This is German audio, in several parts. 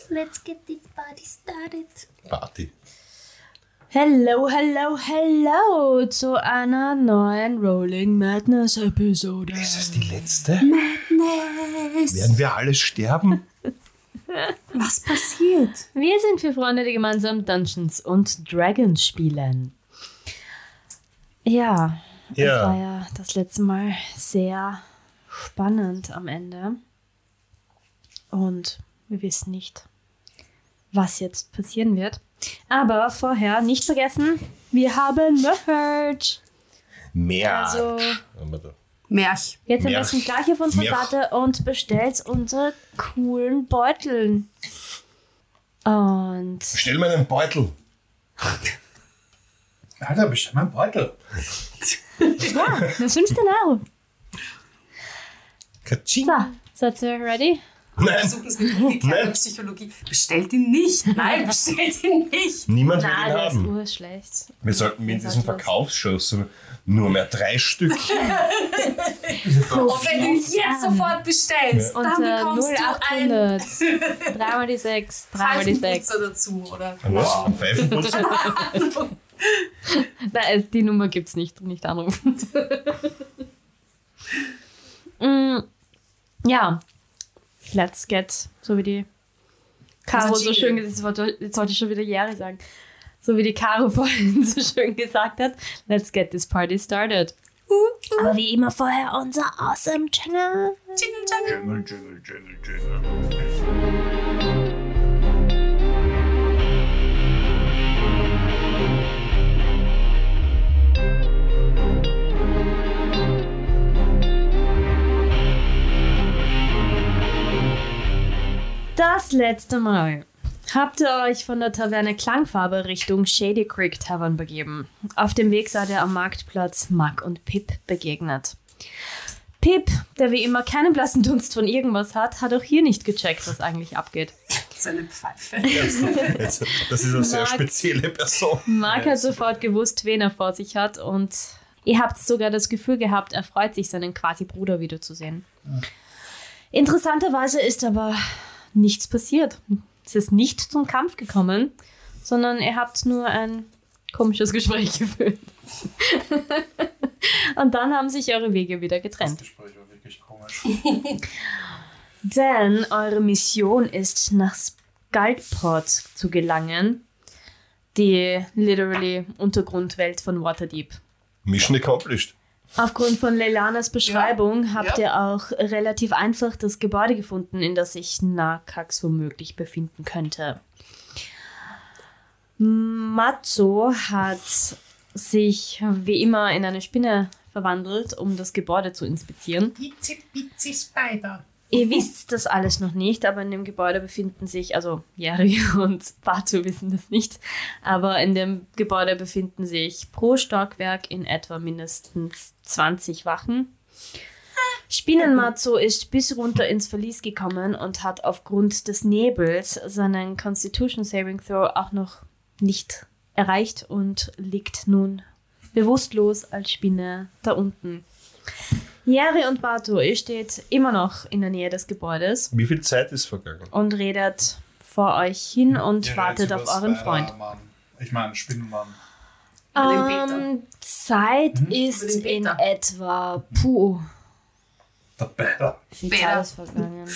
Let's get this party started. Party. Hello, hello, hello zu einer neuen Rolling Madness Episode. Ist es die letzte? Madness. Werden wir alle sterben? Was passiert? Wir sind vier Freunde, die gemeinsam Dungeons und Dragons spielen. Ja, es war ja das letzte Mal sehr spannend am Ende. Und wir wissen nicht, was jetzt passieren wird. Aber vorher nicht vergessen, wir haben Merch. Also, Merch. Jetzt am besten gleich auf unsere Seite und bestellt unsere coolen Beuteln. Und Bestell mir einen Beutel. Alter, bestell mir einen Beutel. ja, das 15 €. Katsching. So, seid ihr ready? Nein. Versuchen es mit umgekehrter Psychologie. Bestellt ihn nicht. Nein, bestellt ihn nicht. Niemand will Nein, ihn der ist haben. urschlecht. Wir sollten in diesen Verkaufsshows nur mehr 3 Stück. Und wenn du es jetzt sofort bestellst, Und dann bekommst du 0800. 3 die 6, 3 die 6. Pfeifenputzer dazu, oder? Was? Ein Pfeifenputzer? Nein, die Nummer gibt's nicht anrufen. Ja, let's get, so wie die Caro so schön gesagt hat, jetzt wollte ich schon wieder Jahre sagen, so wie die Caro vorhin so schön gesagt hat, let's get this party started. Aber wie immer vorher unser awesome Jingle. Jingle, jingle, jingle, jingle. Das letzte Mal habt ihr euch von der Taverne Klangfarbe Richtung Shady Creek Tavern begeben. Auf dem Weg seid ihr am Marktplatz Mac und Pip begegnet. Pip, der wie immer keinen blassen Dunst von irgendwas hat auch hier nicht gecheckt, was eigentlich abgeht. Seine Pfeife. Das ist eine sehr spezielle Person. Mark hat sofort gewusst, wen er vor sich hat und ihr habt sogar das Gefühl gehabt, er freut sich, seinen quasi Bruder wiederzusehen. Interessanterweise ist aber nichts passiert. Es ist nicht zum Kampf gekommen, sondern ihr habt nur ein komisches Gespräch geführt. Und dann haben sich eure Wege wieder getrennt. Das Gespräch war wirklich komisch. Denn eure Mission ist, nach Skullport zu gelangen, die literally Untergrundwelt von Waterdeep. Mission accomplished. Aufgrund von Leilanas Beschreibung habt ihr auch relativ einfach das Gebäude gefunden, in das sich Narkax womöglich befinden könnte. Matzo hat sich wie immer in eine Spinne verwandelt, um das Gebäude zu inspizieren. Itzy Bitsy Spider. Ihr wisst das alles noch nicht, aber in dem Gebäude befinden sich, also Jerry und Batu wissen das nicht, aber in dem Gebäude befinden sich pro Stockwerk in etwa mindestens 20 Wachen. Spinnenmatzo ist bis runter ins Verlies gekommen und hat aufgrund des Nebels seinen Constitution Saving Throw auch noch nicht erreicht und liegt nun bewusstlos als Spinne da unten. Jerry und Batu, ihr steht immer noch in der Nähe des Gebäudes Wie viel Zeit ist vergangen? und redet vor euch hin und wartet auf euren Freund. Ich meine, Spinnenmann. Zeit ist in etwa, Der Bär. viel Zeit ist vergangen.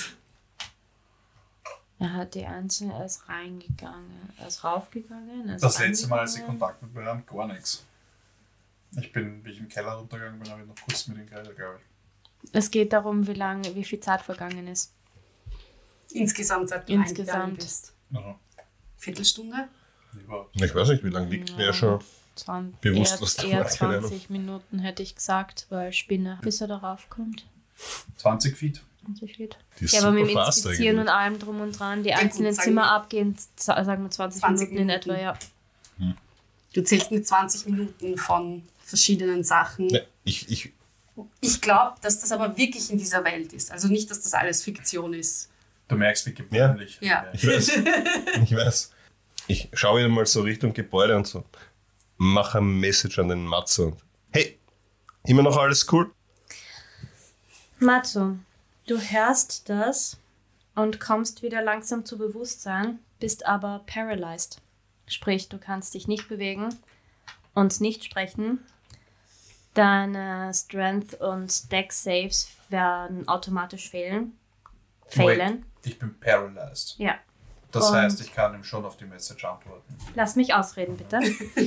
Er hat die einzelne, er ist reingegangen, er ist raufgegangen. Er ist Das letzte Mal, als ich reingegangen. Kontakt mit mir hatte, gar nichts. Wie ich im Keller runtergegangen bin, habe ich noch kurz mit ihm geredet, glaube ich. Es geht darum, wie viel Zeit vergangen ist. Insgesamt, seit du Insgesamt. reingegangen bist. Also, Viertelstunde? lieber. Ich weiß nicht, wie lange liegt er schon 20, bewusstlos eher da? Keine Ahnung. 20 Minuten hätte ich gesagt, weil Spinne, bis er darauf kommt. 20 Feet. 20 Feet. Die ist Ja, aber mit dem super fast Inspizieren eigentlich. und allem drum und dran, die Ja, gut, einzelnen sagen Zimmer wir- abgehen, sagen wir 20 Minuten in etwa, ja. Du zählst mit 20 Minuten von verschiedenen Sachen. Ja, ich Ich glaube, dass das aber wirklich in dieser Welt ist. Also nicht, dass das alles Fiktion ist. Du merkst, wie gebräunlich. Ja. Ich weiß. Ich schaue wieder mal so Richtung Gebäude und so. Mache ein Message an den Matze und hey, immer noch alles cool? Matzo, du hörst das und kommst wieder langsam zu Bewusstsein, bist aber paralyzed. Sprich, du kannst dich nicht bewegen und nicht sprechen. Deine Strength- und Dex-Saves werden automatisch fehlen. Wait, ich bin paralyzed. Ja. Das Und- heißt, ich kann ihm schon auf die Message antworten. Lass mich ausreden, bitte.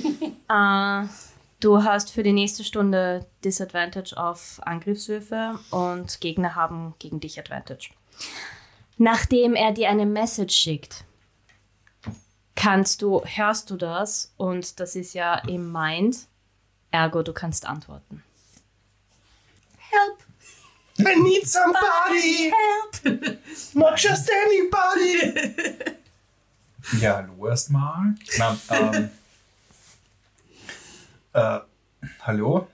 Du hast für die nächste Stunde Disadvantage auf Angriffswürfe und Gegner haben gegen dich Advantage. Nachdem er dir eine Message schickt, hörst du das und das ist ja im Mind, ergo du kannst antworten. Help! I need somebody! Help! Not just anybody! Ja, hallo erstmal. Hallo?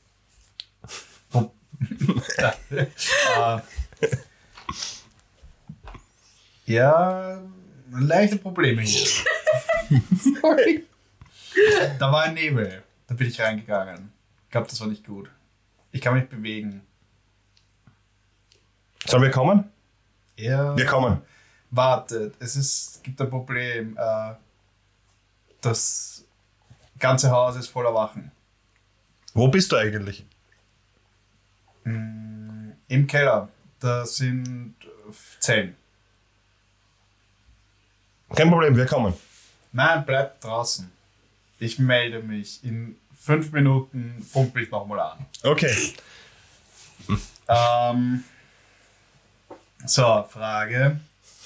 Ja, leichte Probleme hier. Sorry. Da war ein Nebel. Da bin ich reingegangen. Ich glaube, das war nicht gut. Ich kann mich bewegen. Sollen wir kommen? Ja. Wir kommen. Wartet, es gibt ein Problem. Das ganze Haus ist voller Wachen. Wo bist du eigentlich? Im Keller. Da sind Zellen. Kein Problem, wir kommen. Nein, bleib draußen. Ich melde mich. In 5 Minuten fumpel ich nochmal an. Okay. So, Frage.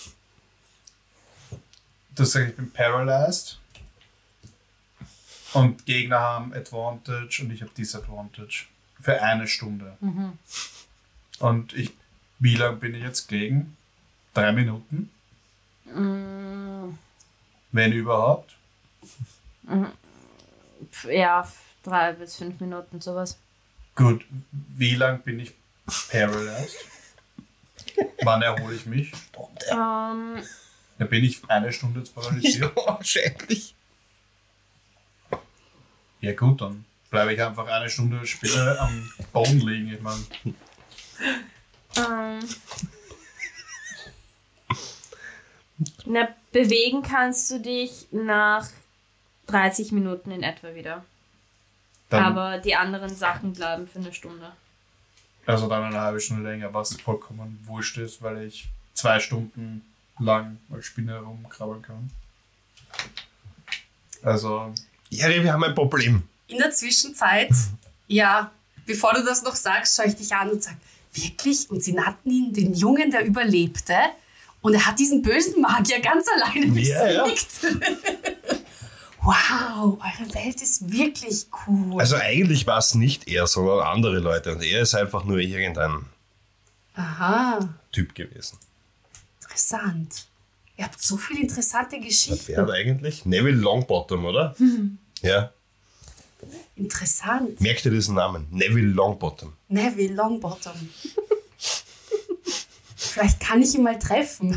Du sagst, ich bin paralyzed. Und Gegner haben Advantage und ich habe Disadvantage. Für 1 Stunde. Und wie lange bin ich jetzt gegen? 3 Minuten? Wenn überhaupt. Ja, 3 bis 5 Minuten, sowas. Gut, wie lange bin ich paralyzed? Wann erhole ich mich? Dann bin ich 1 Stunde jetzt paralysiert. Wahrscheinlich. Ja gut, dann bleibe ich einfach 1 Stunde später am Boden liegen. Ich meine, Bewegen kannst du dich nach 30 Minuten in etwa wieder. dann, Aber die anderen Sachen bleiben für 1 Stunde. also dann eine halbe Stunde länger, was vollkommen wurscht ist, weil ich 2 Stunden lang als Spinne herumkrabbeln kann. Also, Jerry, wir haben ein Problem. In der Zwischenzeit, ja, bevor du das noch sagst, schaue ich dich an und sage, wirklich? Und sie nannten ihn den Jungen, der überlebte. Und er hat diesen bösen Magier ganz alleine Ja, besiegt. Wow, eure Welt ist wirklich cool. Also eigentlich war es nicht er, sondern andere Leute. Und er ist einfach nur irgendein Aha, Typ gewesen. interessant. Ihr habt so viele interessante Wer Geschichten. hat eigentlich? Neville Longbottom, oder? Ja. Interessant. Merkt ihr diesen Namen? Neville Longbottom. Neville Longbottom. Vielleicht kann ich ihn mal treffen.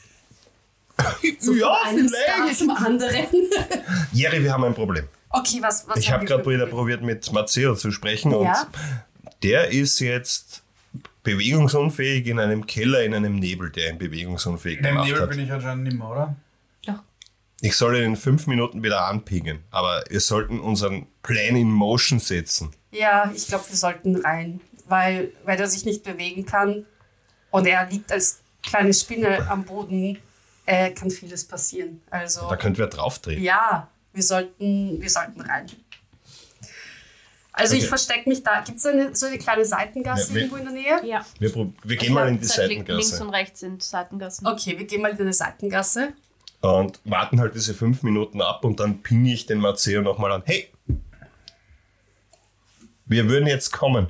So von einem Star zum anderen. Jerry, wir haben ein Problem. Okay, was Ich habe wir gerade für- wieder probiert, mit Matteo zu sprechen und Ja. der ist jetzt bewegungsunfähig in einem Keller, in einem Nebel, der ihn bewegungsunfähig in dem gemacht Nebel hat. bin ich anscheinend nicht mehr, oder? Ich soll ihn in 5 Minuten wieder anpingen, aber wir sollten unseren Plan in Motion setzen. Ja, ich glaube, wir sollten rein, weil er sich nicht bewegen kann und er liegt als kleine Spinne am Boden, kann vieles passieren. Also Da könnten wir draufdrehen. ja, wir sollten rein. Also Okay. ich verstecke mich da. Gibt es so eine kleine Seitengasse Ja, wir- irgendwo in der Nähe? Ja. Wir gehen mal in die Links Seitengasse und rechts sind Seitengassen. Okay, wir gehen mal in eine Seitengasse. und warten halt diese 5 Minuten ab und dann pinge ich den Matteo nochmal an. Hey, wir würden jetzt kommen.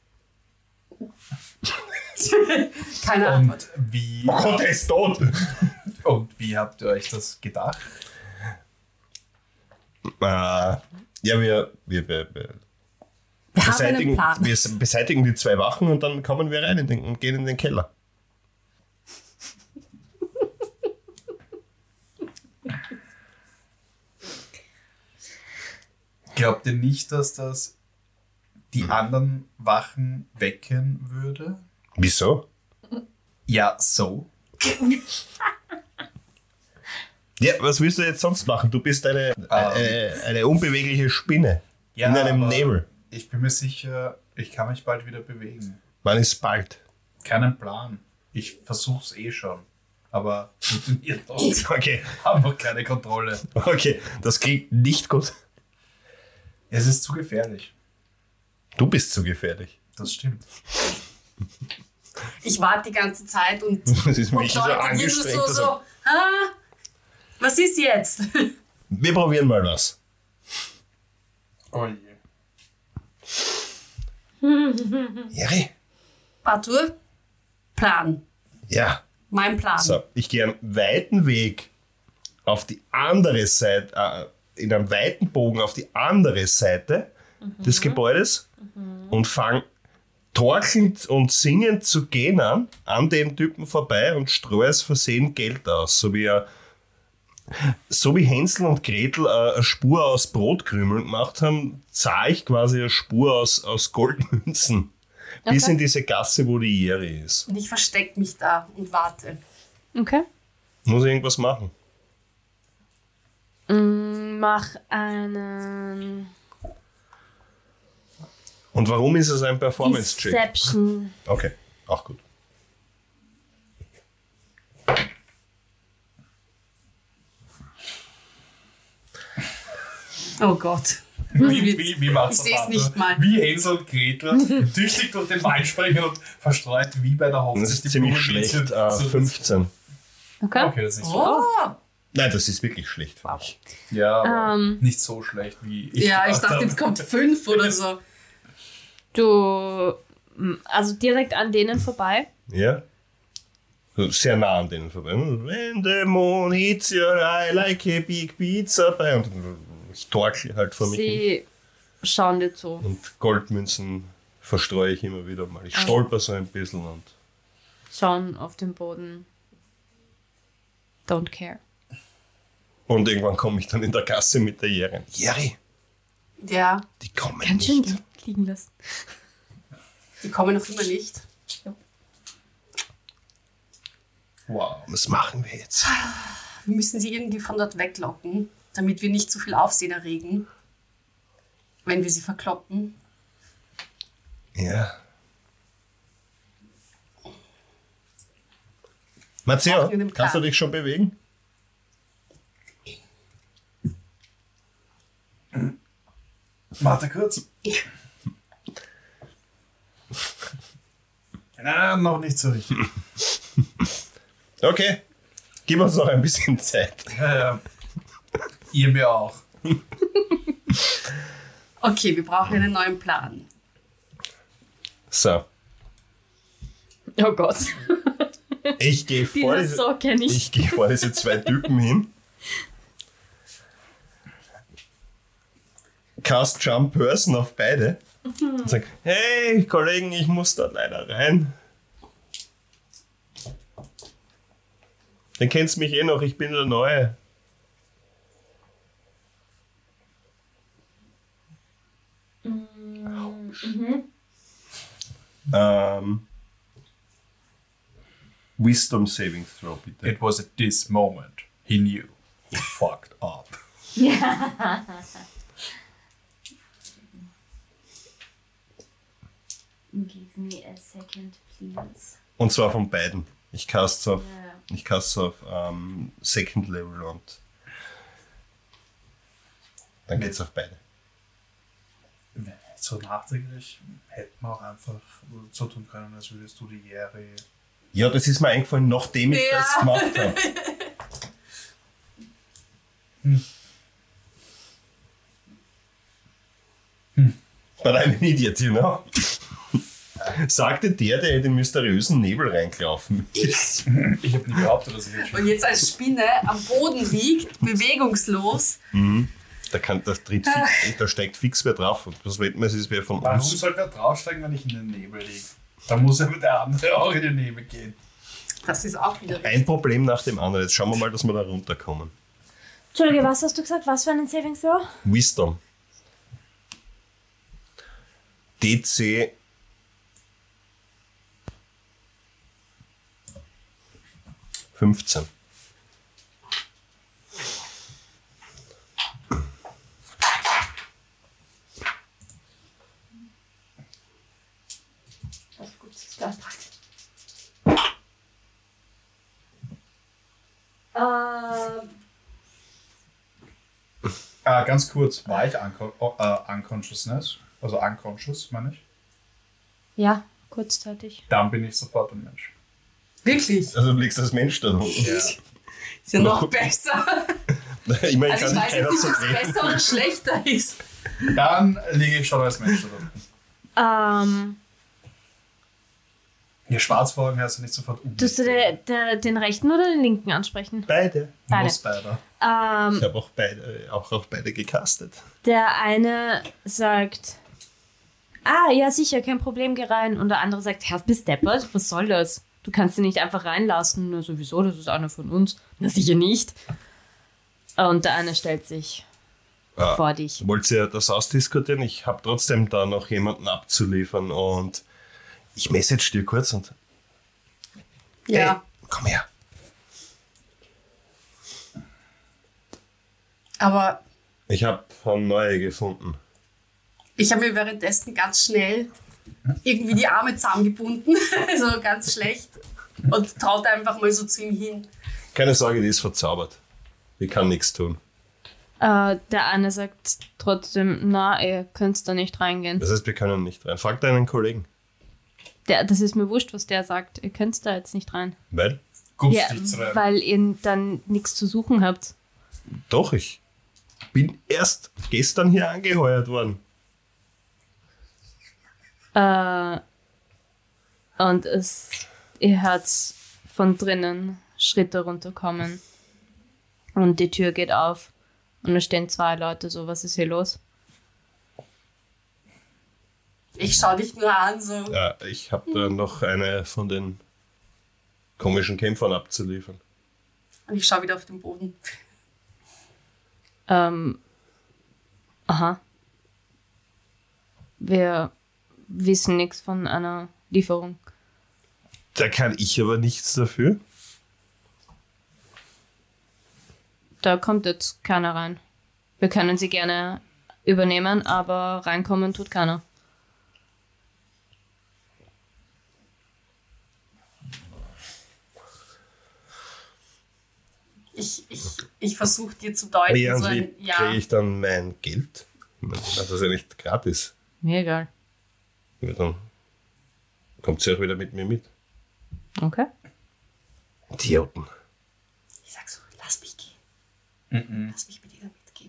Keine Antwort. Und wie, Oh Gott, er ist tot. und wie habt ihr euch das gedacht? Ja, wir Wir haben einen Plan. wir beseitigen die 2 Wachen und dann kommen wir rein und gehen in den Keller. Glaubt ihr nicht, dass das die anderen Wachen wecken würde? Wieso? Ja, so. Ja, was willst du jetzt sonst machen? Du bist eine unbewegliche Spinne Ja, in einem aber Nebel. Ich bin mir sicher, ich kann mich bald wieder bewegen. Wann ist bald? Keinen Plan. Ich versuch's eh schon. Aber funktioniert noch. Okay, Haben noch keine Kontrolle. okay, das klingt nicht gut. Es ist zu gefährlich. Du bist zu gefährlich. Das stimmt. Ich warte die ganze Zeit und, Das ist und mich so Leute gehen angestrengt. so, was ist jetzt? Wir probieren mal was. Oh je. Jeri? Arthur, Plan. Ja. Mein Plan. So, ich gehe einen weiten Weg auf die andere Seite, in einem weiten Bogen auf die andere Seite des Gebäudes und fange torkelnd und singend zu gehen an dem Typen vorbei und streue es versehen Geld aus, so wie Hänsel und Gretel eine Spur aus Brotkrümeln gemacht haben, zahle ich quasi eine Spur aus Goldmünzen. Bis Okay. in diese Gasse, wo die Jeri ist. Und ich verstecke mich da und warte. Okay. Muss ich irgendwas machen? Mach einen Und warum ist es ein Performance-Check? Deception. Okay, auch gut. Oh Gott. Wie macht's Ich seh's nicht mal. Wie Hänsel und Gretel tüchtig durch den Wald springen und verstreut wie bei der Hochzeit. Das ist die ziemlich Blumen schlecht. so- 15. Okay. Okay, das ist nicht Oh. Nein, das ist wirklich schlecht. Wow. schlecht. Ja, aber nicht so schlecht wie ich. Ja, ich gedacht dachte, habe. jetzt kommt 5 oder so. Also direkt an denen vorbei. Ja? So sehr nah an denen vorbei. When the moon hits your eye like a big pizza pie. Und ich torkel halt vor mich hin. Sie schauen dir zu. Und Goldmünzen verstreue ich immer wieder mal. Ich stolper so ein bisschen und Schauen auf den Boden. Don't care. irgendwann komme ich dann in der Gasse mit der Jeri. Jeri, Ja, die kommen Ganz schön nicht. liegen lassen. die kommen noch immer nicht. Wow. Was machen wir jetzt? Wir müssen sie irgendwie von dort weglocken, damit wir nicht zu viel Aufsehen erregen, wenn wir sie verkloppen. Ja. Machen Matteo, wir den kannst du Plan. dich schon bewegen? Warte kurz. Na, noch nicht so richtig. Okay. Gib uns noch ein bisschen Zeit. Ja. Ihr mir auch. Okay, wir brauchen einen neuen Plan. So. Oh Gott. Ich gehe vor, Dieses so kenne ich. ich gehe vor diese zwei Typen hin. Cast Jump Person auf beide. Und sag, hey Kollegen, ich muss da leider rein. Dann kennst mich eh noch, ich bin der Neue. Wisdom Saving Throw, bitte. It was at this moment he knew he fucked up. Give me a second, please. Und zwar von beiden. Ich cast auf, Ja. ich cast auf Second Level und dann geht's auf beide. So nachträglich hätten wir auch einfach so tun können, als würdest du die Jeri. Ja, das ist mir eingefallen, nachdem ich Ja. das gemacht habe. But I'm an idiot, you know? Sagte der in den mysteriösen Nebel reingelaufen ist. Ich habe nie behauptet, dass ich jetzt schon. Und jetzt als Spinne am Boden liegt, bewegungslos. Da steigt fix wer drauf. Und was wetten wir, es ist wer von Warum uns. soll wer draufsteigen, wenn ich in den Nebel liege? Da muss ja der andere auch in den Nebel gehen. Das ist auch wieder richtig. Ein Problem nach dem anderen. Jetzt schauen wir mal, dass wir da runterkommen. Entschuldige, was hast du gesagt? Was für einen Saving Throw? Wisdom. DC. 15. Gut, das ist ganz praktisch. Ganz kurz, war ich unconsciousness? Also unconscious, meine ich? Ja, kurzzeitig. Dann bin ich sofort ein Mensch. Wirklich? Also du liegst als Mensch da drunten. Ja. Ist ja noch besser. Ich meine, Also ich weiß jetzt nicht, ob es besser oder schlechter ist. Dann liege ich schon als Mensch da drunten. Ja, schwarz vor Augen heißt ja nicht sofort Tust du den rechten oder den linken ansprechen? Beide. Muss beider. Ich habe auch beide gecastet. Der eine sagt, ja sicher, kein Problem, geh rein. Und der andere sagt, Herr, bist deppert? Was soll das? Du kannst ihn nicht einfach reinlassen. Na sowieso, das ist einer von uns. Na sicher nicht. Und der eine stellt sich vor dich. Wollt ihr das ausdiskutieren? Ich habe trotzdem da noch jemanden abzuliefern und ich message dir kurz und Ja. hey, komm her. Aber Ich habe neue gefunden. ich habe mir währenddessen ganz schnell irgendwie die Arme zusammengebunden. So ganz schlecht. Und traut einfach mal so zu ihm hin. Keine Sorge, die ist verzaubert. Die kann nichts tun. Der eine sagt trotzdem, na, ihr könnt da nicht reingehen. Das heißt, wir können nicht rein. Frag deinen Kollegen. Das ist mir wurscht, was der sagt. Ihr könnt da jetzt nicht rein. Weil? Guckst Ja, nichts rein. weil ihr dann nichts zu suchen habt. Doch, ich bin erst gestern hier angeheuert worden. Und ihr hört von drinnen Schritte runterkommen. Und die Tür geht auf. Und da stehen 2 Leute so, was ist hier los? Ich schau dich nur an, so. Ja, ich habe da noch eine von den komischen Kämpfern abzuliefern. Und ich schau wieder auf den Boden. Aha. Wir wissen nichts von einer Lieferung. Da kann ich aber nichts dafür. Da kommt jetzt keiner rein. Wir können sie gerne übernehmen, aber reinkommen tut keiner. Ich versuche dir zu deuten, Ja, und so wie ein Ja. kriege ich dann mein Geld? Ich meine, das ist ja nicht gratis. Mir egal. Ja, dann kommt sie auch wieder mit mir mit. Okay. Idioten. Ich sag so, lass mich gehen. Lass mich mit dir mitgehen.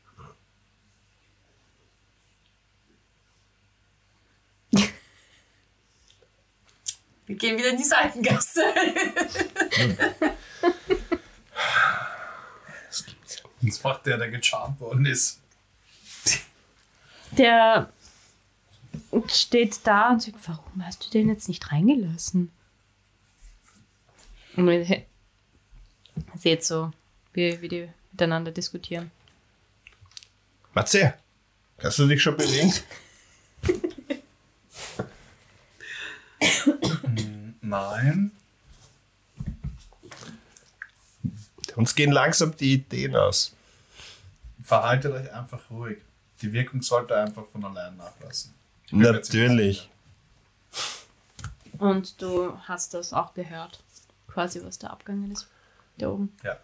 Wir gehen wieder in die Seitengasse. Das gibt's ja. Das macht der gecharmt worden ist. Der steht da und sagt, warum hast du den jetzt nicht reingelassen? Und ihr seht so, wie die miteinander diskutieren. Matze, kannst du dich schon bewegen? Nein. Uns gehen langsam die Ideen aus. Verhaltet euch einfach ruhig. Die Wirkung sollte einfach von allein nachlassen. Ich bin mir ziemlich Natürlich. sicher. Und du hast das auch gehört, quasi was da abgegangen ist, da oben. Ja.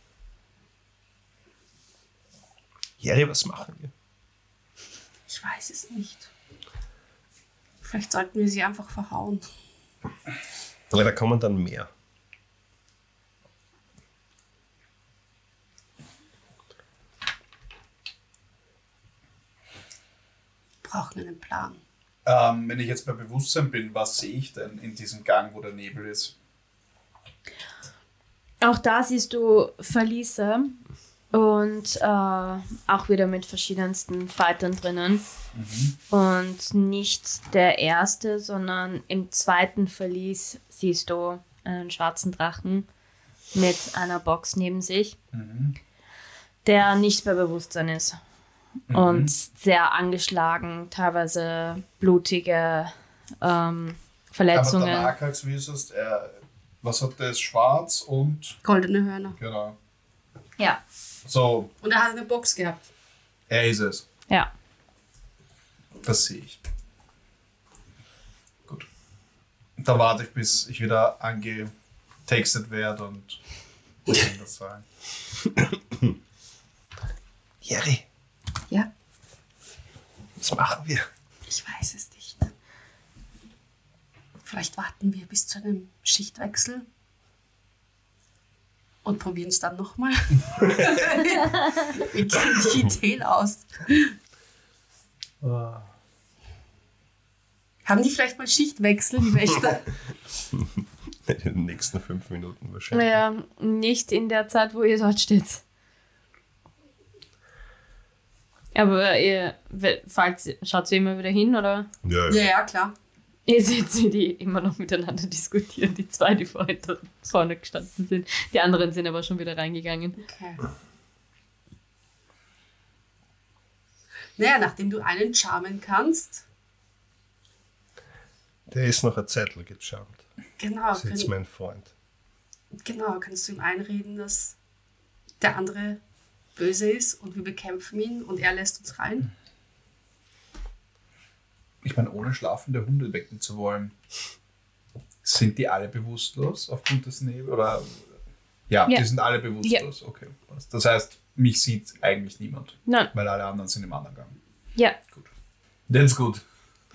Jerry, was machen wir? Ich weiß es nicht. Vielleicht sollten wir sie einfach verhauen. Ja, da kommen dann mehr. Brauchen einen Plan. Wenn ich jetzt bei Bewusstsein bin, was sehe ich denn in diesem Gang, wo der Nebel ist? Auch da siehst du Verliese und auch wieder mit verschiedensten Fightern drinnen. Und nicht der erste, sondern im zweiten Verlies siehst du einen schwarzen Drachen mit einer Box neben sich, der nicht bei Bewusstsein ist. Und sehr angeschlagen, teilweise blutige Aber Verletzungen. der Arkax, wie ist es? Was hat das? Schwarz und... Goldene Hörner. Genau. Ja. So, Und er hat eine Box gehabt. er ist es. Ja. Das sehe ich. Gut. Da warte ich, bis ich wieder angetextet werde und das sagen. Jerry, Ja, was machen wir? ich weiß es nicht. Vielleicht warten wir bis zu einem Schichtwechsel und probieren es dann nochmal. Wie gehen die Ideen aus? Haben die vielleicht mal Schichtwechsel, die Wächter? In den nächsten 5 Minuten wahrscheinlich. Ja, nicht in der Zeit, wo ihr dort steht. Aber ihr schaut sie immer wieder hin, oder? Ja, Ja, ja, klar. Ihr seht, wie die immer noch miteinander diskutieren, die zwei, die vorhin da vorne gestanden sind. Die anderen sind aber schon wieder reingegangen. Okay. Naja, nachdem du einen charmen kannst, Der ist noch ein Zettel gecharmt. genau, Das ist jetzt mein Freund. kannst du ihm einreden, dass der andere böse ist und wir bekämpfen ihn und er lässt uns rein. Ich meine, ohne schlafende Hunde wecken zu wollen. Sind die alle bewusstlos aufgrund des Nebels? Oder? Ja, Ja. die sind alle bewusstlos. Okay, passt. Das heißt, mich sieht eigentlich niemand. Nein. Weil alle anderen sind im anderen Gang. Ja. Gut. Dann ist gut.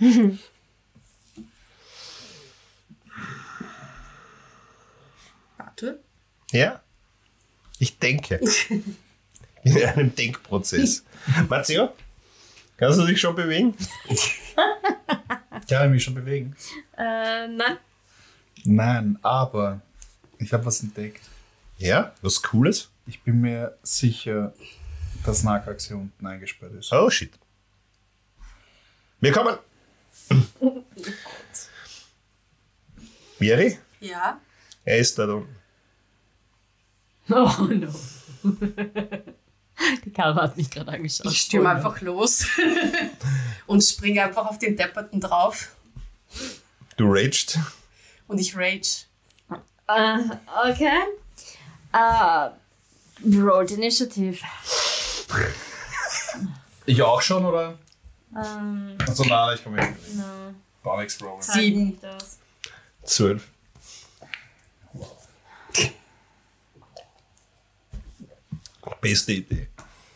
Warte. Ja? Ich denke. In einem Denkprozess. Matteo, kannst du dich schon bewegen? Kann ich mich schon bewegen? Nein. Nein, aber ich habe was entdeckt. Ja? Was Cooles? Ich bin mir sicher, dass Nakax hier unten eingesperrt ist. Oh, shit. Wir kommen. Miri, Ja. er ist da unten. Oh no. Die Caro hat mich gerade angeschaut. Ich stürme einfach los und springe einfach auf den Depperten drauf Du raged. und ich rage. Okay. Rolled Initiative. Ich auch schon, oder? Achso, nein, ich komme nicht. No. Gar nichts Roll. 7. 12. Beste Idee.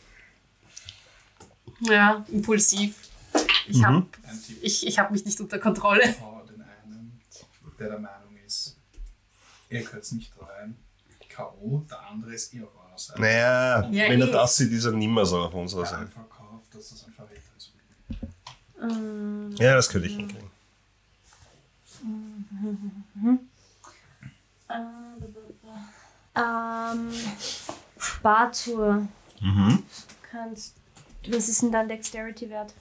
Ja, impulsiv. Ich hab mich nicht unter Kontrolle. Aber den einen, der Meinung ist, ihr könnt nicht rein. K.O., der andere ist auf eurer Seite. Naja, Ja, wenn er eh. das sieht, ist er nimmer so auf unserer Der Seite. einfach kauft, dass das einfach recht ist. Ja, das könnte ich hinkriegen. Bartour. Was ist denn dein Dexterity-Wert?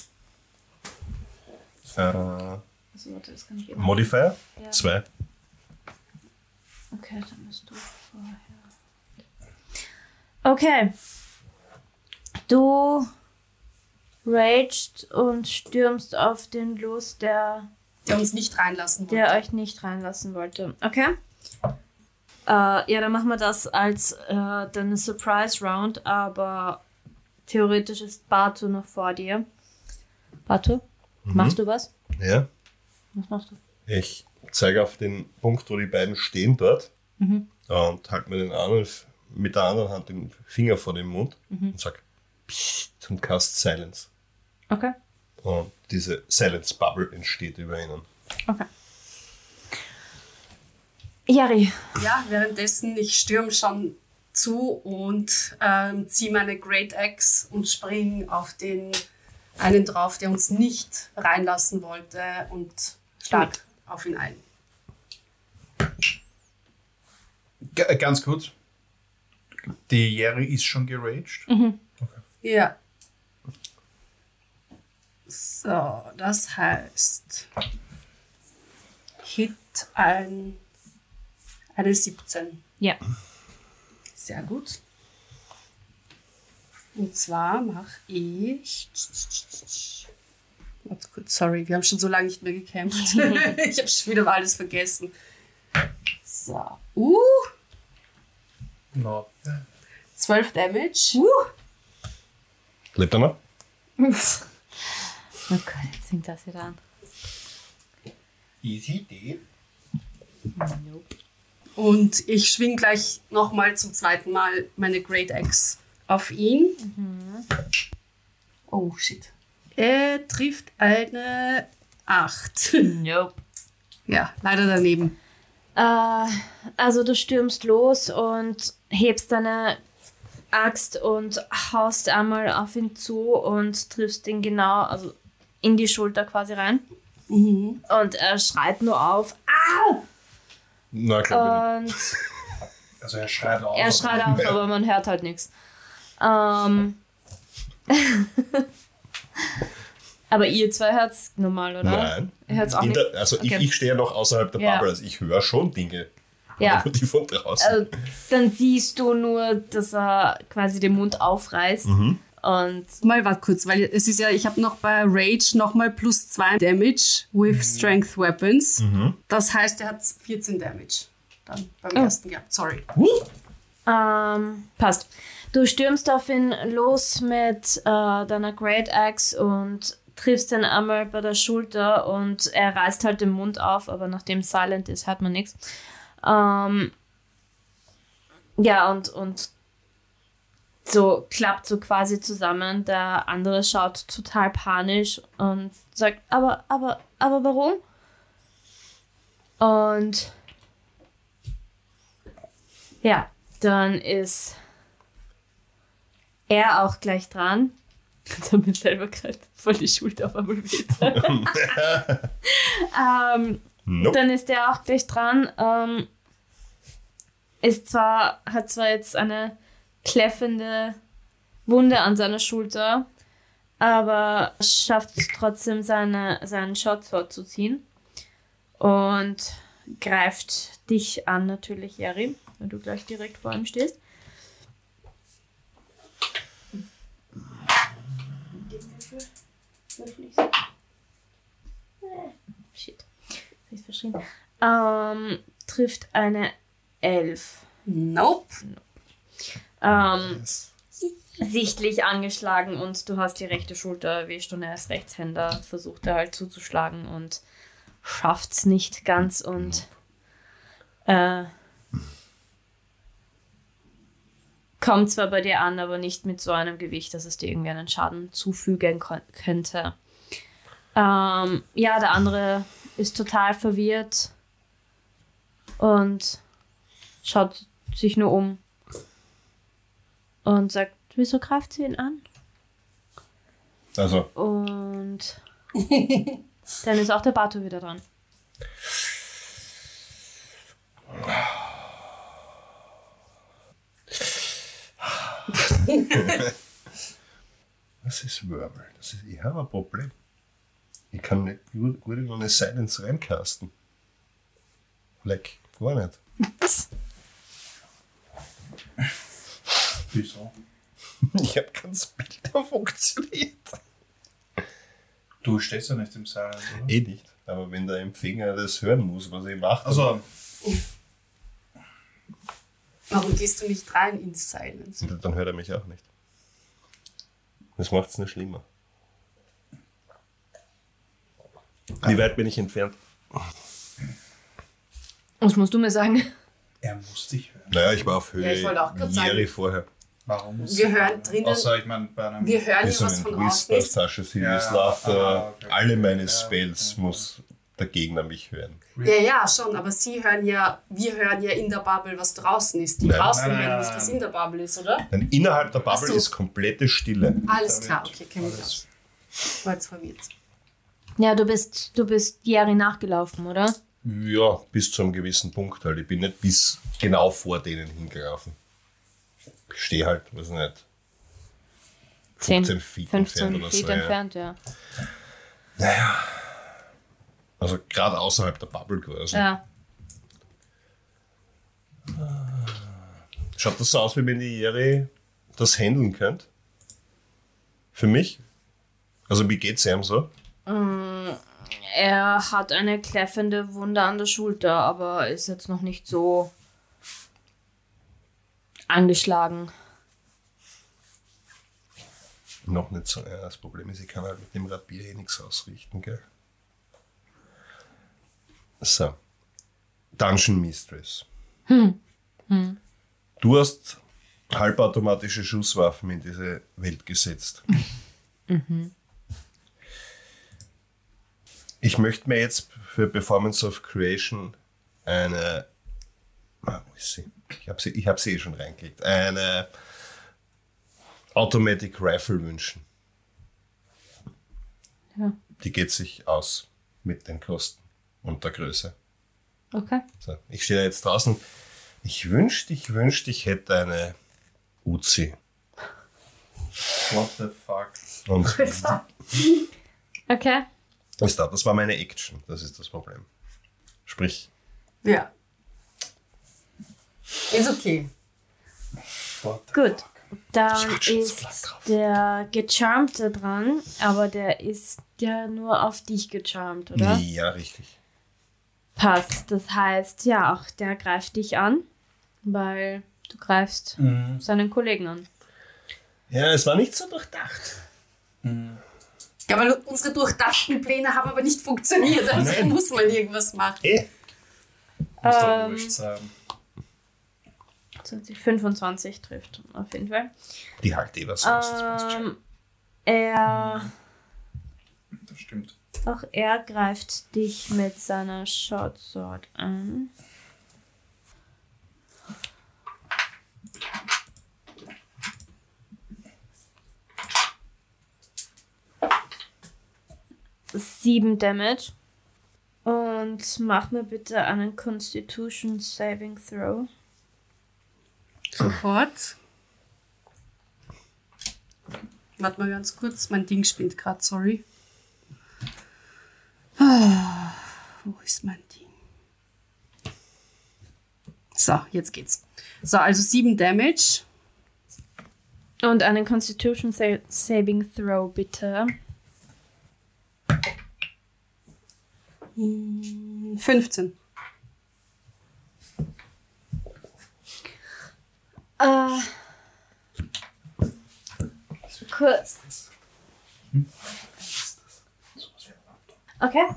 Also, warte, das kann ich eben. Modifier? Ja. 2. Okay, dann bist du vorher. Okay. Du raged und stürmst auf den los, der Der uns nicht reinlassen wollte. euch nicht reinlassen wollte. Okay. Ja, dann machen wir das als deine Surprise Round, aber theoretisch ist Batu noch vor dir. Batu, machst du was? Ja. Was machst du? Ich zeige auf den Punkt, wo die beiden stehen dort und halte mir den an und mit der anderen Hand den Finger vor den Mund und sag Psst und cast Silence. Okay. Und diese Silence Bubble entsteht über ihnen. Okay. Yari. Ja, währenddessen, ich stürme schon zu und ziehe meine Great Axe und springe auf den einen drauf, der uns nicht reinlassen wollte und schlag auf ihn ein. Ganz kurz. Die Jerry ist schon geraged. Ja. So, das heißt, Hit eine 17. Ja. Sehr gut. Und zwar mache ich. Warte kurz, sorry, wir haben schon so lange nicht mehr gekämpft. Ich habe schon wieder mal alles vergessen. So. No. 12 Damage. Lebt er noch? Oh Gott, jetzt fängt das wieder an. Easy Idee. Nope. Und ich schwing gleich nochmal zum zweiten Mal meine Great Axe auf ihn. Oh, shit. Er trifft eine 8. Nope. Ja, leider daneben. Also du stürmst los und hebst deine Axt und haust einmal auf ihn zu und triffst ihn genau, also in die Schulter quasi rein. Und er schreit nur auf. Au! Na klar. Und Also er schreit auf. er schreit auf, aber man hört halt nichts. Aber ihr zwei hört's normal, oder? Nein. Ihr hört's auch In nicht? der, also Okay. ich stehe ja noch außerhalb der Ja. Bubble, also ich höre schon Dinge. Ja. Aber die von draußen. Also, dann siehst du nur, dass er quasi den Mund aufreißt. Und Mal warte kurz, weil es ist ja, ich habe noch bei Rage nochmal plus 2 Damage with Strength Weapons. Das heißt, er hat 14 Damage. Dann beim ersten gehabt, sorry. passt. Du stürmst auf ihn los mit deiner Great Axe und triffst ihn einmal bei der Schulter und er reißt halt den Mund auf, aber nachdem silent ist, hört man nichts. Ja, und so klappt so quasi zusammen. Der andere schaut total panisch und sagt, aber warum? Und ja, dann ist er auch gleich dran. Jetzt haben wir selber gerade voll die Schulter auf einmal wieder. Nope. Dann ist er auch gleich dran. Hat zwar jetzt eine kläffende Wunde an seiner Schulter, aber schafft es trotzdem, seinen Shot vorzuziehen und greift dich an, natürlich, Jeri, wenn du gleich direkt vor ihm stehst. Shit. Hab ich verschrieben. Trifft eine 11. Nope. Sichtlich angeschlagen und du hast die rechte Schulter erwischt und er ist Rechtshänder, versucht er halt zuzuschlagen und schafft's nicht ganz und kommt zwar bei dir an, aber nicht mit so einem Gewicht, dass es dir irgendwie einen Schaden zufügen könnte. Ja, der andere ist total verwirrt und schaut sich nur um und sagt, wieso greift sie ihn an? Also, Und dann ist auch der Batu wieder dran. das ist Wirbel. Ich habe ein Problem. Ich kann nicht gut in eine Silence reincasten. Leck, gar nicht. Wieso? Ich habe kein Spell, der funktioniert. Du stehst ja nicht im Saal, oder? Eh nicht. Aber wenn der Empfänger das hören muss, was ich mache. Also, Warum gehst du nicht rein in Silence? Dann hört er mich auch nicht. Das macht es nicht schlimmer. Wie weit bin ich entfernt? Was musst du mir sagen? er muss dich hören. Naja, ich war auf Höhe Ja, ich wollte auch gerade sagen. Jeri vorher. Warum muss Wir hören drinnen, Außer, ich meine, bei einem... wir hören Bis ja so was ein von Twist, außen ist. Tasche, Serious Ja, Laughter, okay. alle meine Ja, Spells okay. muss der Gegner mich hören. Ja, schon, aber wir hören ja in der Bubble, was draußen ist. Die Nein. draußen Nein, hören nein, nicht, nein. was in der Bubble ist, oder? Denn innerhalb der Bubble Ach so. ist komplette Stille. Alles Damit klar, okay, kennen wir alles- das. War jetzt verwirrt. Ja, du bist Jeri nachgelaufen, oder? Ja, bis zu einem gewissen Punkt halt. Ich bin nicht bis genau vor denen hingelaufen. Ich stehe halt, weiß nicht, 15 Feet 15 entfernt oder Feet so. entfernt, ja. Ja. Also gerade außerhalb der Bubble quasi. Ja. Schaut das so aus, wie wenn die Jeri das handeln könnt? Für mich? Also wie geht's ihm so? Er hat eine kläffende Wunde an der Schulter, aber ist jetzt noch nicht so angeschlagen. Noch nicht so. Ja, das Problem ist, ich kann halt mit dem Rapier eh nichts ausrichten, gell? So. Dungeon Mistress. Du hast halbautomatische Schusswaffen in diese Welt gesetzt. Ich möchte mir jetzt für Performance of Creation eine... wo ist sie? Ich hab sie eh schon reingelegt. Eine Automatic Rifle wünschen. Ja. Die geht sich aus mit den Kosten und der Größe. Okay. So, ich stehe da jetzt draußen. Ich wünschte, ich hätte eine Uzi. What the fuck? Und Okay. das war meine Action. Das ist das Problem. Sprich, Ja. Ist okay. What the Gut. fuck? Dann wird schon ist Blatt drauf. der Gecharmte dran, aber der ist ja nur auf dich gecharmt, oder? ja, richtig. Passt. Das heißt, ja, auch der greift dich an, weil du greifst seinen Kollegen an. Ja, es war nicht so durchdacht. Ja, weil unsere durchdachten Pläne haben aber nicht funktioniert. Also Nein. muss man irgendwas machen. Muss doch wurscht sein. 25 trifft auf jeden Fall. Die halt eh was aus. Das passt schon. Er Das stimmt. Auch er greift dich mit seiner Short Sword an. Sieben Damage. Und mach mir bitte einen Constitution Saving Throw. Sofort. Warte mal ganz kurz, mein Ding spinnt gerade, sorry. Wo ist mein Ding? So, jetzt geht's. So, also 7 Damage. Und einen Constitution Saving Throw, bitte. 15. Kurz. Okay.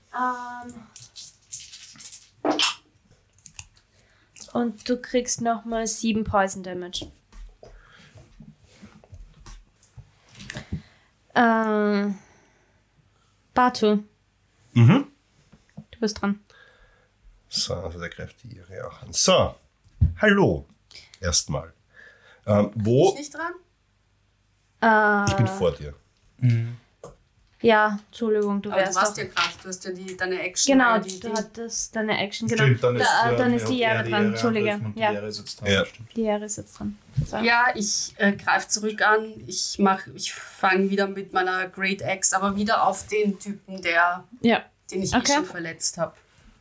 Und du kriegst nochmal 7 Poison Damage. Batu. Mhm. Du bist dran. So, also der greift die ihre auch an. So, hallo. Erstmal. Wo? Ist nicht dran? Ich bin vor dir. Ja, Entschuldigung, du Aber du wärst warst doch. ja gerade, du hast ja deine Action. Genau, die du hattest deine Action, genau. Stimmt, dann ist, Dann ist die Jahre dran, Entschuldige. Und die Ja, Jahre ist jetzt dran. Ja. Stimmt. die Jahre ist jetzt dran. So. Ja, ich greife zurück an. Ich fange wieder mit meiner Great Axe, aber wieder auf den Typen, Ja. den ich Okay. schon verletzt habe.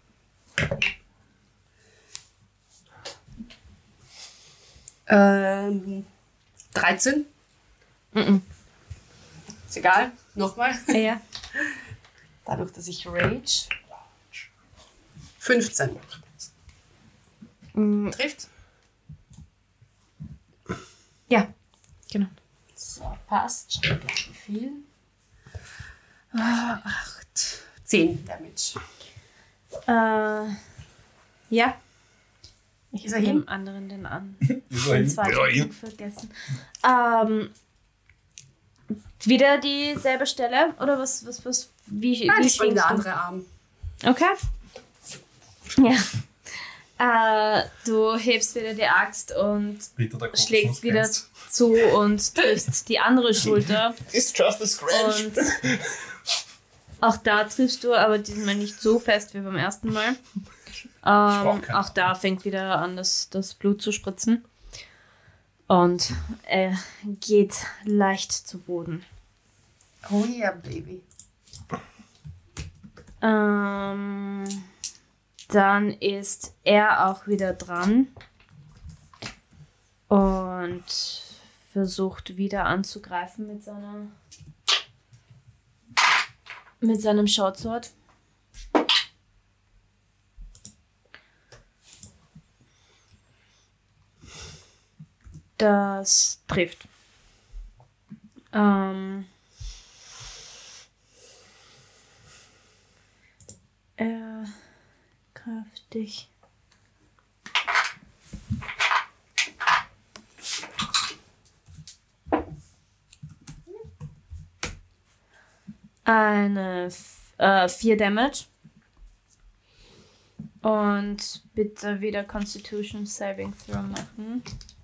Ähm, 13? Ist egal. Nochmal. Ja. Dadurch, dass ich Rage. 15. Trifft? Ja, genau. So, passt. Schau mal, wie viel. 8. 10 Damage. Ja. Ich Ist er habe hin? dem anderen den an. Ist er Den hin? zweiten Ja, hin. vergessen. Wieder dieselbe Stelle? Oder was wie Nein, wie ich bin der schwingst du? andere Arm. Okay. Ja. Du hebst wieder die Axt und Peter, der Kopf schlägst sonst wieder kennst. zu und triffst die andere Schulter. It's just a scratch. Und auch da triffst du, aber diesmal nicht so fest wie beim ersten Mal. Auch da fängt wieder an, das Blut zu spritzen. Und er geht leicht zu Boden. Oh yeah, baby. Dann ist er auch wieder dran und versucht wieder anzugreifen mit seiner mit seinem Shortsword. Das trifft. Kräftig. Eine 4 Damage. Und bitte wieder Constitution Saving Throw machen.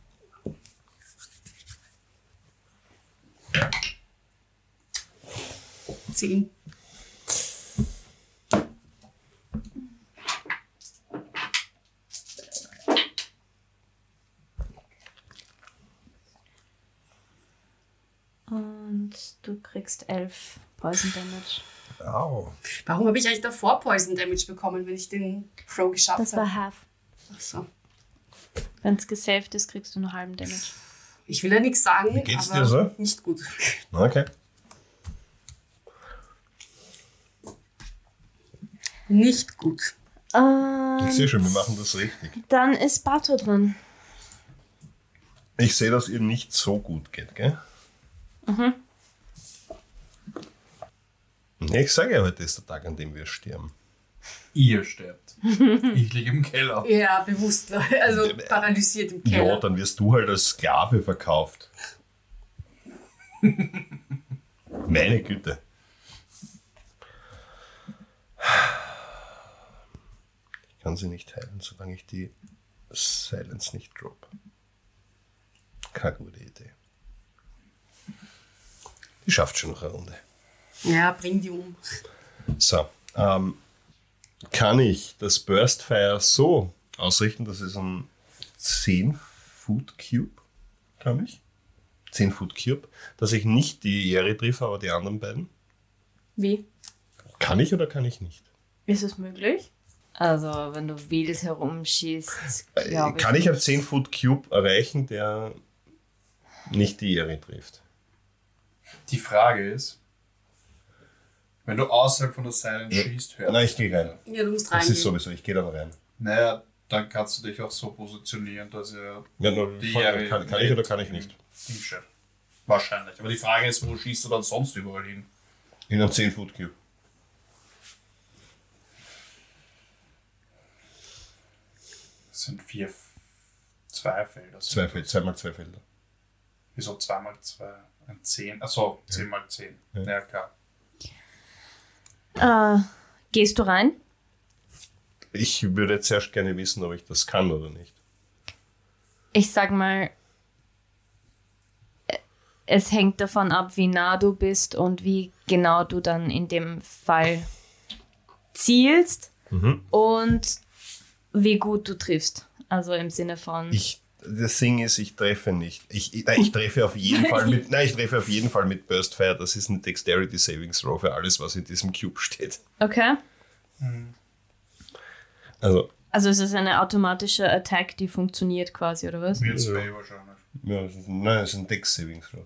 Zehn. Und du kriegst 11 Poison Damage. Au. Warum habe ich eigentlich davor Poison Damage bekommen, wenn ich den Throw geschafft Das habe? war half. Ach so. Wenn es gesaved ist, kriegst du nur halben Damage. Ich will ja nichts sagen, Wie geht's aber dir so? nicht gut. Okay. Nicht gut. Ich sehe schon, wir machen das richtig. Dann ist Bato dran. Ich sehe, dass ihr nicht so gut geht, gell? Ja, ich sage ja, heute ist der Tag, an dem wir sterben. Ihr sterbt. Ich liege im Keller. Ja, bewusstlos, also paralysiert im Keller. Ja, dann wirst du halt als Sklave verkauft. Meine Güte. Ich kann sie nicht heilen, solange ich die Silence nicht drop. Keine gute Idee. Die schafft schon noch eine Runde. Ja, bring die um. So, kann ich das Burst Fire so ausrichten, das ist ein 10-Foot Cube, glaube ich. 10-Foot Cube, dass ich nicht die Jerry treffe, aber die anderen beiden. Wie? Kann ich oder kann ich nicht? Ist es möglich? Also, wenn du wild herumschießt, glaube ich. Kann ich einen 10-Foot Cube erreichen, der nicht die Jerry trifft? Die Frage ist, wenn du außerhalb von der Silence schießt, hörst Nein, ich gehe rein. Ja, du musst Das reingehen. ist sowieso, ich gehe dann rein. Naja, dann kannst du dich auch so positionieren, dass er Ja, nur, die kann ich oder kann ich nicht? hinstellt. Wahrscheinlich. Aber die Frage ist, wo schießt du dann sonst überall hin? In einem 10-Foot Cube. Das sind zwei Felder. Zweimal zwei Felder. Wieso 2x2? Ein 10. Achso, 10x10. Ja, klar. Gehst du rein? Ich würde jetzt erst gerne wissen, ob ich das kann oder nicht. Ich sag mal, es hängt davon ab, wie nah du bist und wie genau du dann in dem Fall zielst und wie gut du triffst. Also im Sinne von... Das Ding ist, ich treffe nicht. Ich treffe auf jeden Fall mit. Nein, ich treffe auf jeden Fall mit Burst Fire. Das ist ein Dexterity Saving Throw für alles, was in diesem Cube steht. Okay. Also Also ist es eine automatische Attack, die funktioniert quasi, oder was? Mir zwei wahrscheinlich. ja, das ist ein Dex Saving Throw.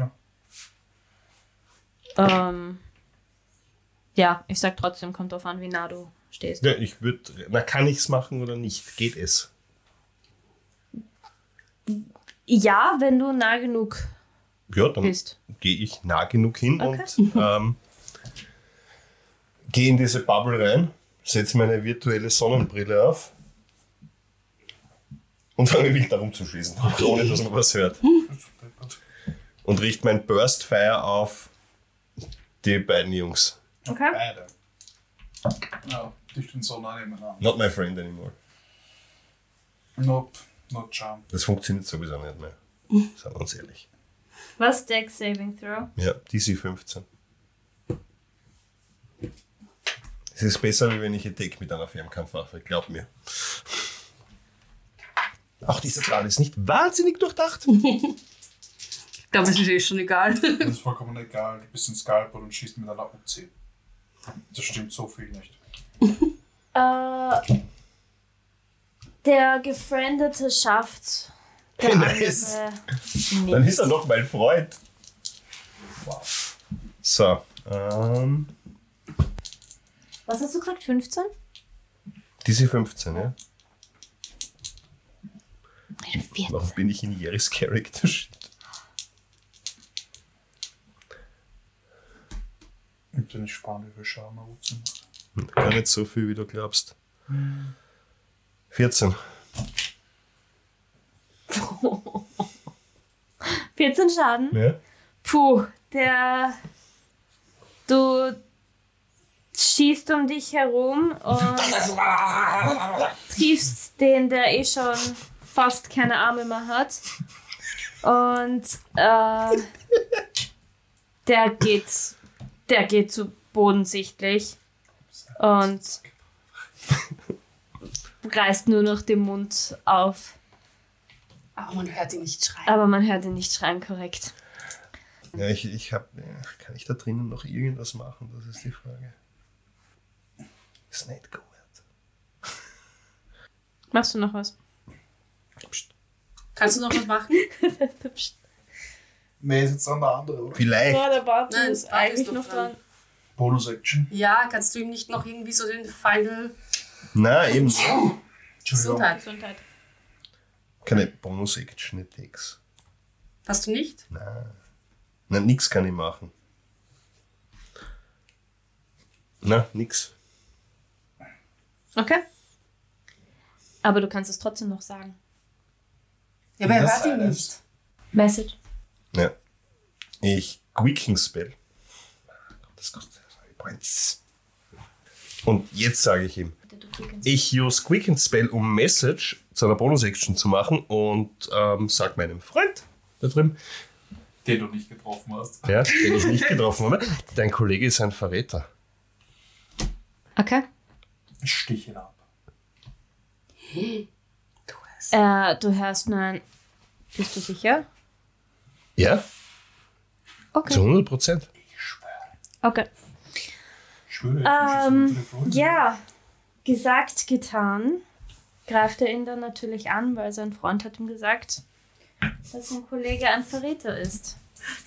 Ja, ich sag trotzdem, kommt drauf an, wie nah du stehst. Ja, ich würde. Na, kann ich es machen oder nicht? Geht es? Ja, wenn du nah genug Ja, dann bist. gehe ich nah genug hin Okay. und gehe in diese Bubble rein, setze meine virtuelle Sonnenbrille auf und fange wild darum zu schießen, ohne dass man was hört. Und richte mein Burst Fire auf die beiden Jungs. Okay. Beide. Ja, dich den so nah nebenan. Not my friend anymore. Nope, not charm. Das funktioniert sowieso nicht mehr. Sagen wir uns ehrlich. Was Dex Saving Throw? Ja, DC 15. Es ist besser, wie wenn ich Attack mit einer Fernkampfwaffe, glaub mir. Auch dieser Plan ist nicht wahnsinnig durchdacht. Ich glaube, es ist eh schon egal. Das ist vollkommen egal. Du bist ein Scalper und schießt mit einer Uzi. Das stimmt so viel nicht. Der Gefriendete schafft. Der Nice. andere Dann nicht. ist er noch mein Freund. Wow. So, Was hast du gesagt? 15? Diese 15, ja. 14. Warum bin ich in Jeris Character Sheet? Ich bin gespannt, wie viel Schaden er zu machen. Gar nicht so viel, wie du glaubst. 14. 14 Schaden? Ja. Puh, du schießt um dich herum und triffst den, der eh schon fast keine Arme mehr hat. Und der geht zu Boden sichtlich und reißt nur noch den Mund auf. Aber man hört ihn nicht schreien. Aber man hört ihn nicht schreien, korrekt. Ja, kann ich da drinnen noch irgendwas machen? Das ist die Frage. Ist nicht gut. Machst du noch was? Kannst du noch was machen? Mehr ist jetzt dann der andere, oder? Vielleicht. Ja, der Bartu Nein, ist Bartu ist eigentlich noch noch dran. Bonus-Action. Ja, kannst du ihm nicht noch irgendwie so den Final Nein, eben. Entschuldigung. Gesundheit? Keine Bonus-Action-Attacks. Hast du nicht? Nein, nix kann ich machen. Na, nix. Okay. Aber du kannst es trotzdem noch sagen. Ja, aber er Das hört ihn alles. nicht. Message. Ja. Ich Quicken Spell. Das kostet Points. Und jetzt sage ich ihm, ich use Quicken Spell, um Message zu einer Bonus-Action zu machen und sag meinem Freund da drüben, Den du nicht getroffen hast. ja, den ich nicht getroffen habe, dein Kollege ist ein Verräter. Okay. Ich stich ihn ab. Du hörst nur ein... Bist du sicher? Ja, Okay. zu 100%. Ich schwöre. Okay. Ich schwöre, ich schieße viele Freunde. Ja, gesagt, getan. Greift er ihn dann natürlich an, weil sein Freund hat ihm gesagt, dass sein Kollege ein Verräter ist.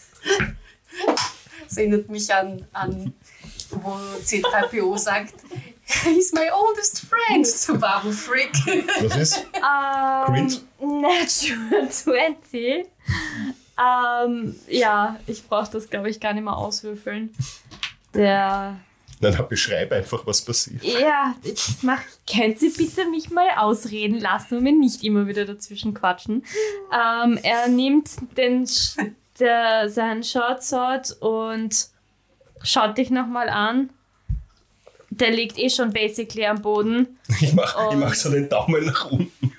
Das erinnert mich an wo C3PO sagt, he's my oldest friend zu Babu Frick. Was ist? Crit? Natural 20. Ja, ich brauche das, glaube ich, gar nicht mehr auswürfeln. Dann beschreib einfach, was passiert. Ja, könnt ihr bitte mich mal ausreden lassen und mir nicht immer wieder dazwischen quatschen. Er nimmt seinen Short Sword und schaut dich nochmal an. Der liegt eh schon basically am Boden. Ich mach so den Daumen nach unten.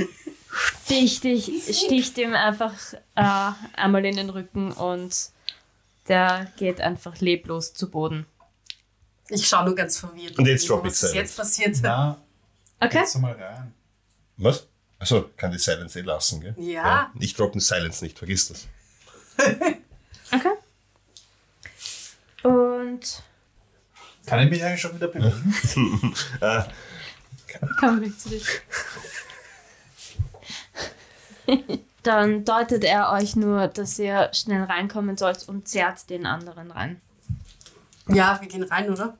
Sticht ihm einfach einmal in den Rücken und der geht einfach leblos zu Boden. Ich schaue nur ganz verwirrt. Und jetzt drop was it ist jetzt passiert. Na, Okay? jetzt mal rein. Was? Achso, kann die Silence eh lassen, gell? Ja. Ich drop den Silence nicht, vergiss das. Okay. Und Kann ich mich eigentlich schon wieder bewegen? komm weg zu dir. Dann deutet er euch nur, dass ihr schnell reinkommen sollt und zerrt den anderen rein. Ja, wir gehen rein, oder?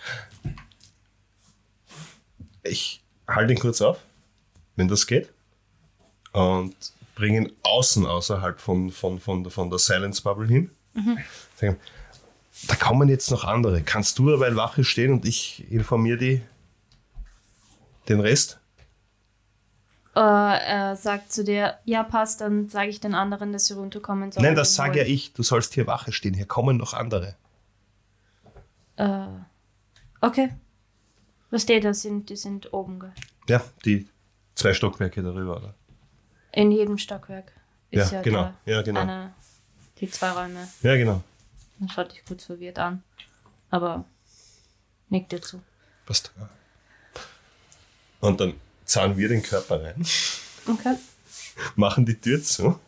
Ich halte ihn kurz auf, wenn das geht, und bringe ihn außerhalb von der Silence Bubble hin. Sag ihm, da kommen jetzt noch andere. Kannst du dabei Wache stehen und ich informiere den Rest? Er sagt zu dir, ja passt, dann sage ich den anderen, dass sie runterkommen sollen. Nein, das sage ja ich. Du sollst hier Wache stehen. Hier kommen noch andere. Okay. Was steht da? Die sind oben, gell? Ja, die 2 Stockwerke darüber, oder? In jedem Stockwerk ist Ja, genau. da Ja, genau. die 2 Räume. Ja, genau. Dann schaut dich kurz verwirrt an. Aber nickt dir zu. Passt. Und dann zahlen wir den Körper rein, Okay. machen die Tür zu.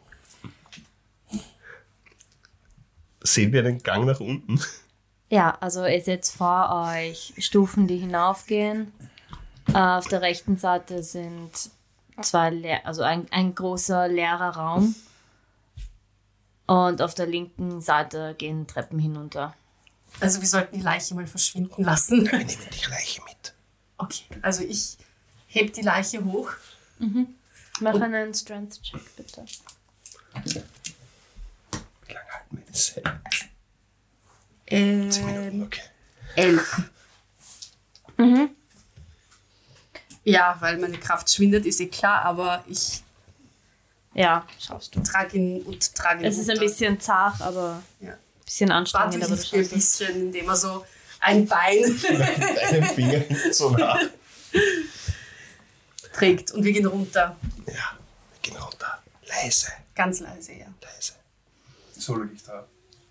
Sehen wir einen Gang nach unten? Ja, also ihr seht vor euch Stufen, die hinaufgehen. Auf der rechten Seite sind ein großer leerer Raum. Und auf der linken Seite gehen Treppen hinunter. Also wir sollten die Leiche mal verschwinden lassen. Wir nehmen die Leiche mit. Okay, also ich heb die Leiche hoch. Mach einen Strength-Check, bitte. Wie lange halten wir das? 10 Minuten, okay. 11. Ja, weil meine Kraft schwindet, ist klar, aber ich Ja, schaffst du. trage ihn Es ist ein runter. bisschen zart, aber Ja. ein bisschen anstrengend. Bartu Aber du hilft mir ein schaffst es. bisschen, indem er so ein Bein Deinen Finger hinten so nach. trägt und wir gehen runter. Ja, wir gehen runter. Leise, Ganz leise, ja. leise. So liege ich da.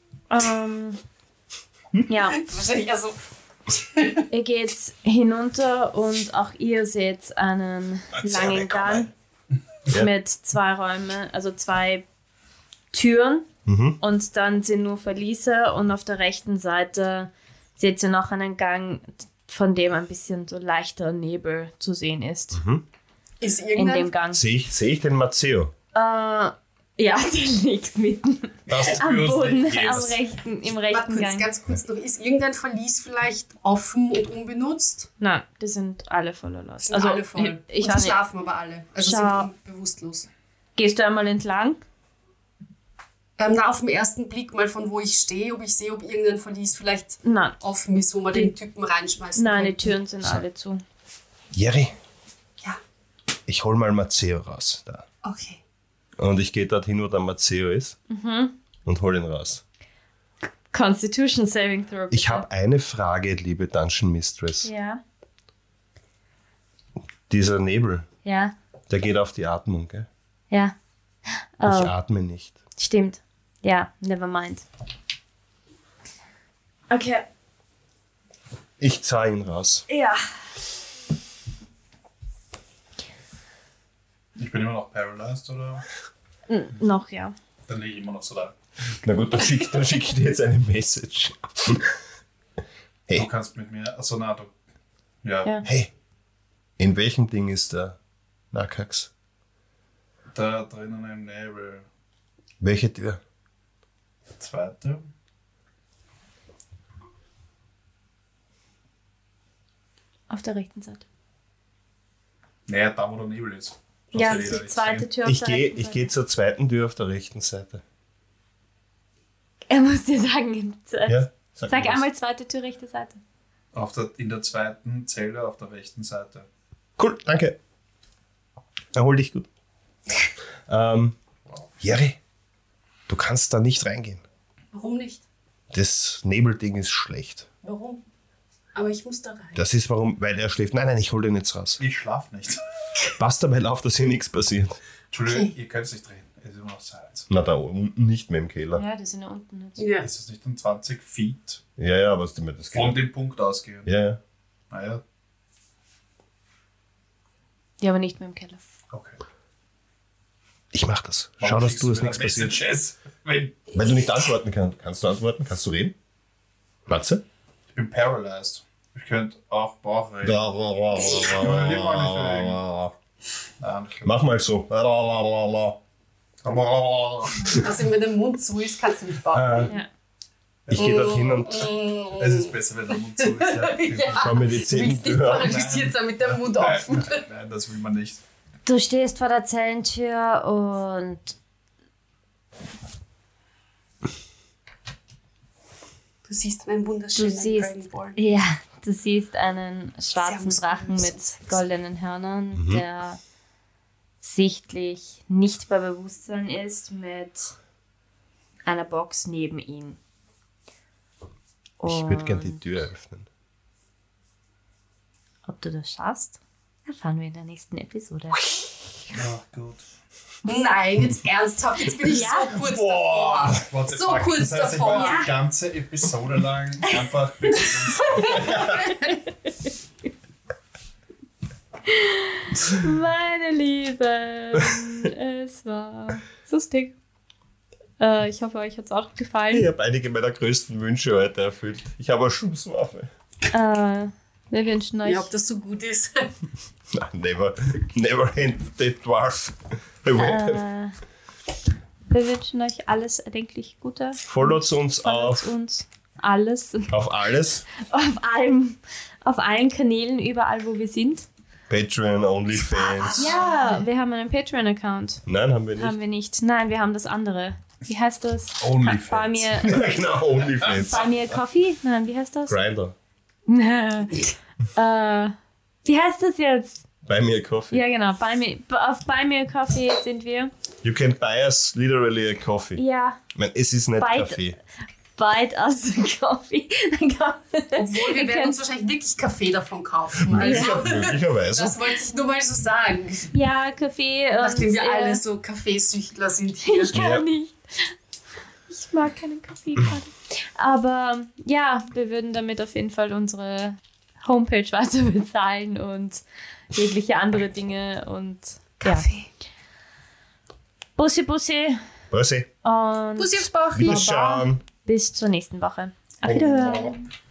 Ja, Wahrscheinlich also. ihr geht hinunter und auch ihr seht einen langen Gang Ja. mit 2 Räumen, also 2 Türen und dann sind nur Verliese und auf der rechten Seite seht ihr noch einen Gang, von dem ein bisschen so leichter Nebel zu sehen ist. Ist In irgendein dem Gang. Sehe ich den Matteo? Ja, der liegt mitten Das am spürst Boden, nicht im jetzt. rechten Warte Gang. ganz kurz noch. Ist irgendein Verlies vielleicht offen und unbenutzt? Nein, die sind alle voller Last. Sind Also, alle voll. ich und weiß sie nicht. schlafen aber alle. Also Schau. sind bewusstlos. Gehst du einmal entlang? Na, auf den ersten Blick mal von wo ich stehe, ob ich sehe, ob irgendein Verlies vielleicht Nein. offen ist, wo man den Typen reinschmeißen Nein, die könnte. Türen sind alle zu. Jerry, Ja, ich hol mal Matteo raus. Da. okay. Und ich gehe dorthin, wo der Matteo ist. Und hol ihn raus. Constitution Saving Throw. Bitte. Ich habe eine Frage, liebe Dungeon Mistress. Ja. Dieser Nebel, Ja. der geht auf die Atmung, gell? Ja. Ich Oh, atme nicht. stimmt. Ja, never mind. Okay. Ich zahle ihn raus. Ja. Ich bin immer noch paralyzed, oder? Noch, ja. Dann liege ich immer noch so da. Na gut, dann schick ich dir jetzt eine Message. Du Hey, kannst mit mir. Achso, na, du. Ja, Ja. hey, in welchem Ding ist der Nakax? da drinnen im Nebel. Welche Tür? Zweite. Auf der rechten Seite. Naja, da wo der Nebel ist. Sonst Ja, will jeder die nicht zweite sehen. Tür auf Ich der gehe rechten ich Seite. geh zur zweiten Tür auf der rechten Seite. Er muss dir sagen, Ja? sag mir das. einmal zweite Tür, rechte Seite. In der zweiten Zelle auf der rechten Seite. Cool, danke. Erhol dich gut. Jerry, du kannst da nicht reingehen. Warum nicht? Das Nebelding ist schlecht. Warum? Aber ich muss da rein. Das ist warum, weil er schläft. Nein, ich hol den jetzt raus. Ich schlaf nicht. Passt dabei auf, dass hier nichts passiert. Entschuldigung, Okay. ihr könnt es nicht drehen. Es ist immer noch Silence. Na, da unten nicht mehr im Keller. Ja, die sind ja unten. Jetzt. Ja. Ist es nicht dann 20 Feet Ja, was du mir das von geht. dem Punkt ausgehend? Ja. Naja, Ja, aber nicht mehr im Keller. okay. Ich mach das. Warum Schau, dass schickst du es mir nichts dann passiert. Messages, wenn Weil du nicht antworten kannst. Kannst du antworten? Kannst du reden? Matze? ich bin paralyzed. Ich könnte auch Bauch reden. Nein, ich Mach mal so. Was in meinem Mund zu ist, kannst du nicht bauen. Ja. Ich gehe dorthin und Es ist besser, wenn der Mund zu ist. Ja. schau mir die Du Zähne willst nicht an. paralysiert sein mit dem Mund offen. Nein, das will man nicht. Du stehst vor der Zellentür und Du siehst einen wunderschönen du siehst, Dragonborn. ja, du siehst einen schwarzen muskulös Drachen und mit sexy. goldenen Hörnern, der sichtlich nicht bei Bewusstsein ist, mit einer Box neben ihm. Ich würde gerne Und die Tür öffnen. ob du das schaffst, erfahren wir in der nächsten Episode. Ja, gut. Nein, jetzt ernsthaft, jetzt bin ich Ja. so kurz davor. What the So fuck? kurz das heißt, ich davor. war Ja. die ganze Episode lang einfach Meine Lieben, es war lustig. Ich hoffe, euch hat es auch gefallen. Ich habe einige meiner größten Wünsche heute erfüllt. Ich habe eine Schusswaffe. Wir wünschen euch Ja, ob das so gut ist. Never end the dwarf. wir wünschen euch alles erdenklich Gute. Followt uns Folgt auf uns alles. Auf alles. Auf allen Kanälen, überall, wo wir sind. Patreon, OnlyFans. Ja, wir haben einen Patreon-Account. Nein, haben wir nicht. Haben wir nicht. Nein, wir haben das andere. Wie heißt das? OnlyFans. Bei mir, Ja, genau, OnlyFans. bei mir Coffee? Nein, wie heißt das? Grindr. Wie heißt das jetzt? Buy me a coffee. Ja, genau. Auf Buy Me a Coffee sind wir. You can buy us literally a coffee. Ja, Ich meine, es ist nicht Kaffee. Bite us a Coffee. Obwohl, wir werden uns wahrscheinlich wirklich Kaffee davon kaufen. Also, Möglicherweise. das wollte ich nur mal so sagen. Ja, Kaffee. Nachdem und, wir alle so Kaffeesüchtler sind hier. Ich kann Ja. nicht. Ich mag keinen Kaffee gerade. Aber ja, wir würden damit auf jeden Fall unsere Homepage weiter bezahlen und jegliche andere Dinge und Kaffee. Bussi Bussi Bussi. und Bussi aufs Bauch. Wiederschauen. bis zur nächsten Woche. Auf Wiederhören.